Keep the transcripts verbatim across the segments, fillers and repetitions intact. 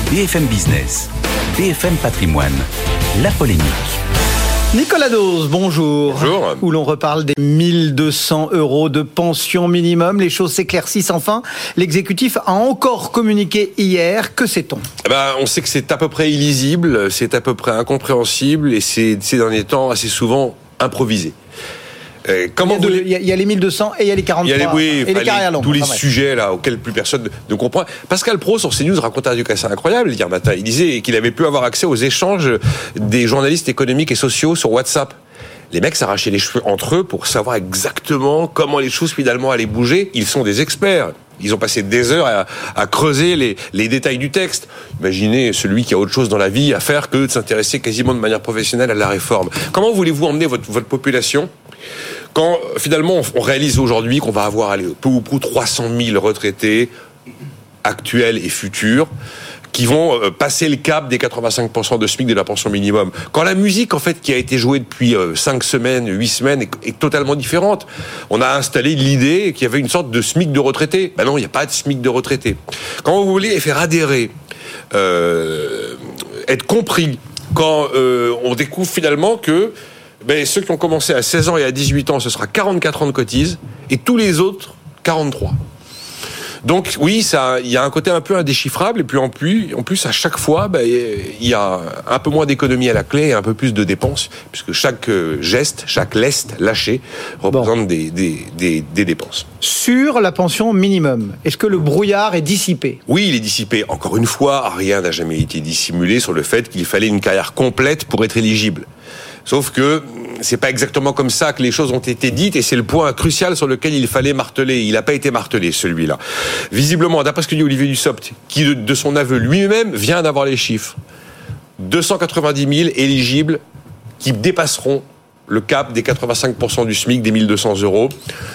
B F M Business, B F M Patrimoine, la polémique. Nicolas Dose, bonjour. Bonjour. Où l'on reparle des mille deux cents euros de pension minimum. Les choses s'éclaircissent enfin. L'exécutif a encore communiqué hier. Que sait-on ? Eh ben, on sait que c'est à peu près illisible, c'est à peu près incompréhensible et c'est ces derniers temps assez souvent improvisé. Euh, comment il, y a de, vous... il, y a, il y a les mille deux cents et il y a les quarante-trois. Il y a les, oui, et les carrières longues. Tous les enfin, sujets là auxquels plus personne ne comprend. Pascal Praud sur CNews racontait un truc assez incroyable hier matin. Il disait qu'il avait pu avoir accès aux échanges des journalistes économiques et sociaux sur WhatsApp. Les mecs s'arrachaient les cheveux entre eux pour savoir exactement comment les choses finalement allaient bouger. Ils sont des experts. Ils ont passé des heures à, à creuser les, les détails du texte. Imaginez celui qui a autre chose dans la vie à faire que de s'intéresser quasiment de manière professionnelle à la réforme. Comment voulez-vous emmener votre, votre population quand finalement on réalise aujourd'hui qu'on va avoir allez, peu ou prou trois cent mille retraités actuels et futurs qui vont passer le cap des quatre-vingt-cinq pour cent de SMIC de la pension minimum. Quand la musique, en fait, qui a été jouée depuis cinq semaines, huit semaines, est, est totalement différente. On a installé l'idée qu'il y avait une sorte de SMIC de retraités. Ben non, il n'y a pas de SMIC de retraités. Quand vous voulez faire adhérer, euh, être compris, quand euh, on découvre finalement que ben, ceux qui ont commencé à seize ans et à dix-huit ans, ce sera quarante-quatre ans de cotise, et tous les autres, quarante-trois. Donc oui, ça, il y a un côté un peu indéchiffrable, et puis en plus, en plus à chaque fois, ben, il y a un peu moins d'économie à la clé et un peu plus de dépenses, puisque chaque geste, chaque lest lâché représente bon. des, des, des, des dépenses. Sur la pension minimum, est-ce que le brouillard est dissipé ? Oui, il est dissipé. Encore une fois, rien n'a jamais été dissimulé sur le fait qu'il fallait une carrière complète pour être éligible. Sauf que c'est pas exactement comme ça que les choses ont été dites et c'est le point crucial sur lequel il fallait marteler. Il n'a pas été martelé, celui-là. Visiblement, d'après ce que dit Olivier Dussopt, qui de son aveu lui-même vient d'avoir les chiffres, deux cent quatre-vingt-dix mille éligibles qui dépasseront le cap des quatre-vingt-cinq pour cent du SMIC, des mille deux cents euros.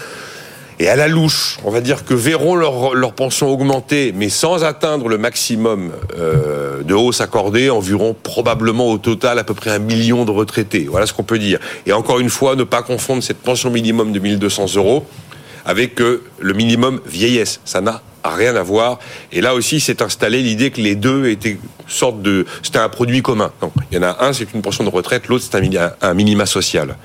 Et à la louche, on va dire que verront leur, leur pension augmenter, mais sans atteindre le maximum euh, de hausse accordée, environ probablement au total à peu près un million de retraités. Voilà ce qu'on peut dire. Et encore une fois, ne pas confondre cette pension minimum de mille deux cents euros avec euh, le minimum vieillesse. Ça n'a rien à voir. Et là aussi, s'est installé l'idée que les deux étaient une sorte de, c'était un produit commun. Non, il y en a un, c'est une pension de retraite, l'autre, c'est un, un minima social.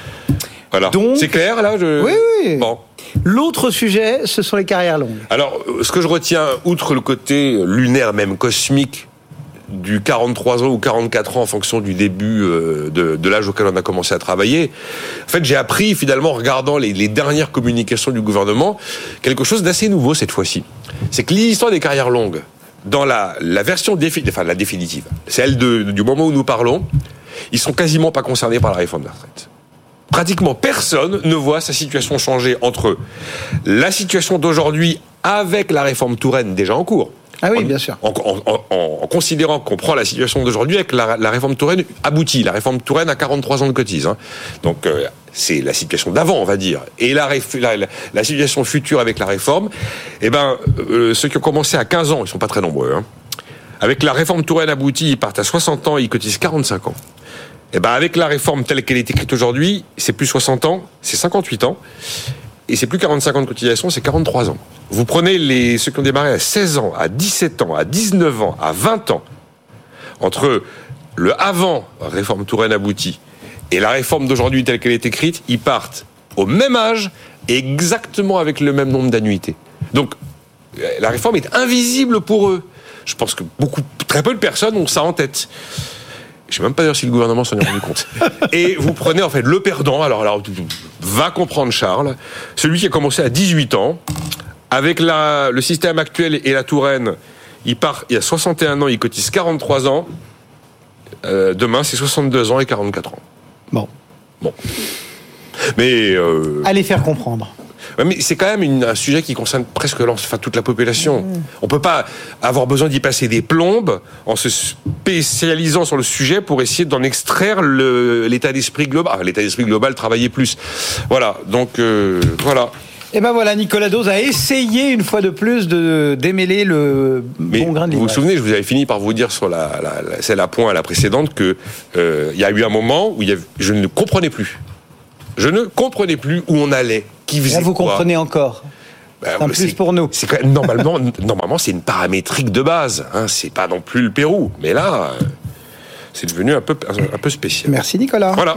Voilà. Donc, c'est clair là je... Oui, oui. Bon. L'autre sujet, ce sont les carrières longues. Alors, ce que je retiens, outre le côté lunaire, même cosmique, du quarante-trois ans ou quarante-quatre ans en fonction du début de, de l'âge auquel on a commencé à travailler, en fait, j'ai appris finalement en regardant les, les dernières communications du gouvernement quelque chose d'assez nouveau cette fois-ci. C'est que l'histoire des carrières longues, dans la, la version défi, enfin, la définitive, celle de, du moment où nous parlons, ils sont quasiment pas concernés par la réforme de la retraite. Pratiquement personne ne voit sa situation changer entre la situation d'aujourd'hui avec la réforme Touraine déjà en cours. Ah oui, en, bien sûr. En, en, en, en considérant qu'on prend la situation d'aujourd'hui avec la, la réforme Touraine aboutie. La réforme Touraine a quarante-trois ans de cotise. Hein. Donc, euh, c'est la situation d'avant, on va dire. Et la, la, la, la situation future avec la réforme, eh ben, euh, ceux qui ont commencé à quinze ans, ils sont pas très nombreux. Hein. Avec la réforme Touraine aboutie, ils partent à soixante ans, ils cotisent quarante-cinq ans. Eh ben avec la réforme telle qu'elle est écrite aujourd'hui, c'est plus soixante ans, c'est cinquante-huit ans, et c'est plus quarante-cinq ans de cotisation, c'est quarante-trois ans. Vous prenez les, ceux qui ont démarré à seize ans, à dix-sept ans, à dix-neuf ans, à vingt ans, entre le avant réforme Touraine aboutie et la réforme d'aujourd'hui telle qu'elle est écrite, ils partent au même âge et exactement avec le même nombre d'annuités. Donc, la réforme est invisible pour eux. Je pense que beaucoup, très peu de personnes ont ça en tête. Je ne sais même pas dire si le gouvernement s'en est rendu compte. Et vous prenez en fait le perdant, alors, alors va comprendre Charles, celui qui a commencé à dix-huit ans, avec la, le système actuel et la Touraine, il part, il a soixante et un ans, il cotise quarante-trois ans, euh, demain c'est soixante-deux ans et quarante-quatre ans. Bon. Bon. Mais... Euh... Allez faire comprendre. Mais c'est quand même une, un sujet qui concerne presque enfin, toute la population. Mmh. On ne peut pas avoir besoin d'y passer des plombes en se spécialisant sur le sujet pour essayer d'en extraire le, l'état d'esprit global. Ah, l'état d'esprit global, travailler plus. Voilà, donc euh, voilà. Et ben voilà, Nicolas Dose a essayé une fois de plus de démêler le Mais bon grain de vous livret. vous souvenez, je vous avais fini par vous dire sur la, la, la celle à point à la précédente que euh, il y a eu un moment où il y avait, je ne comprenais plus. Je ne comprenais plus où on allait, qui faisait Là, vous quoi. comprenez encore. Bah, c'est un plus c'est, pour nous. C'est quand même, normalement, normalement, c'est une paramétrique de base. Hein, c'est pas non plus le Pérou. Mais là, euh, c'est devenu un peu, un peu spécial. Merci Nicolas. Voilà.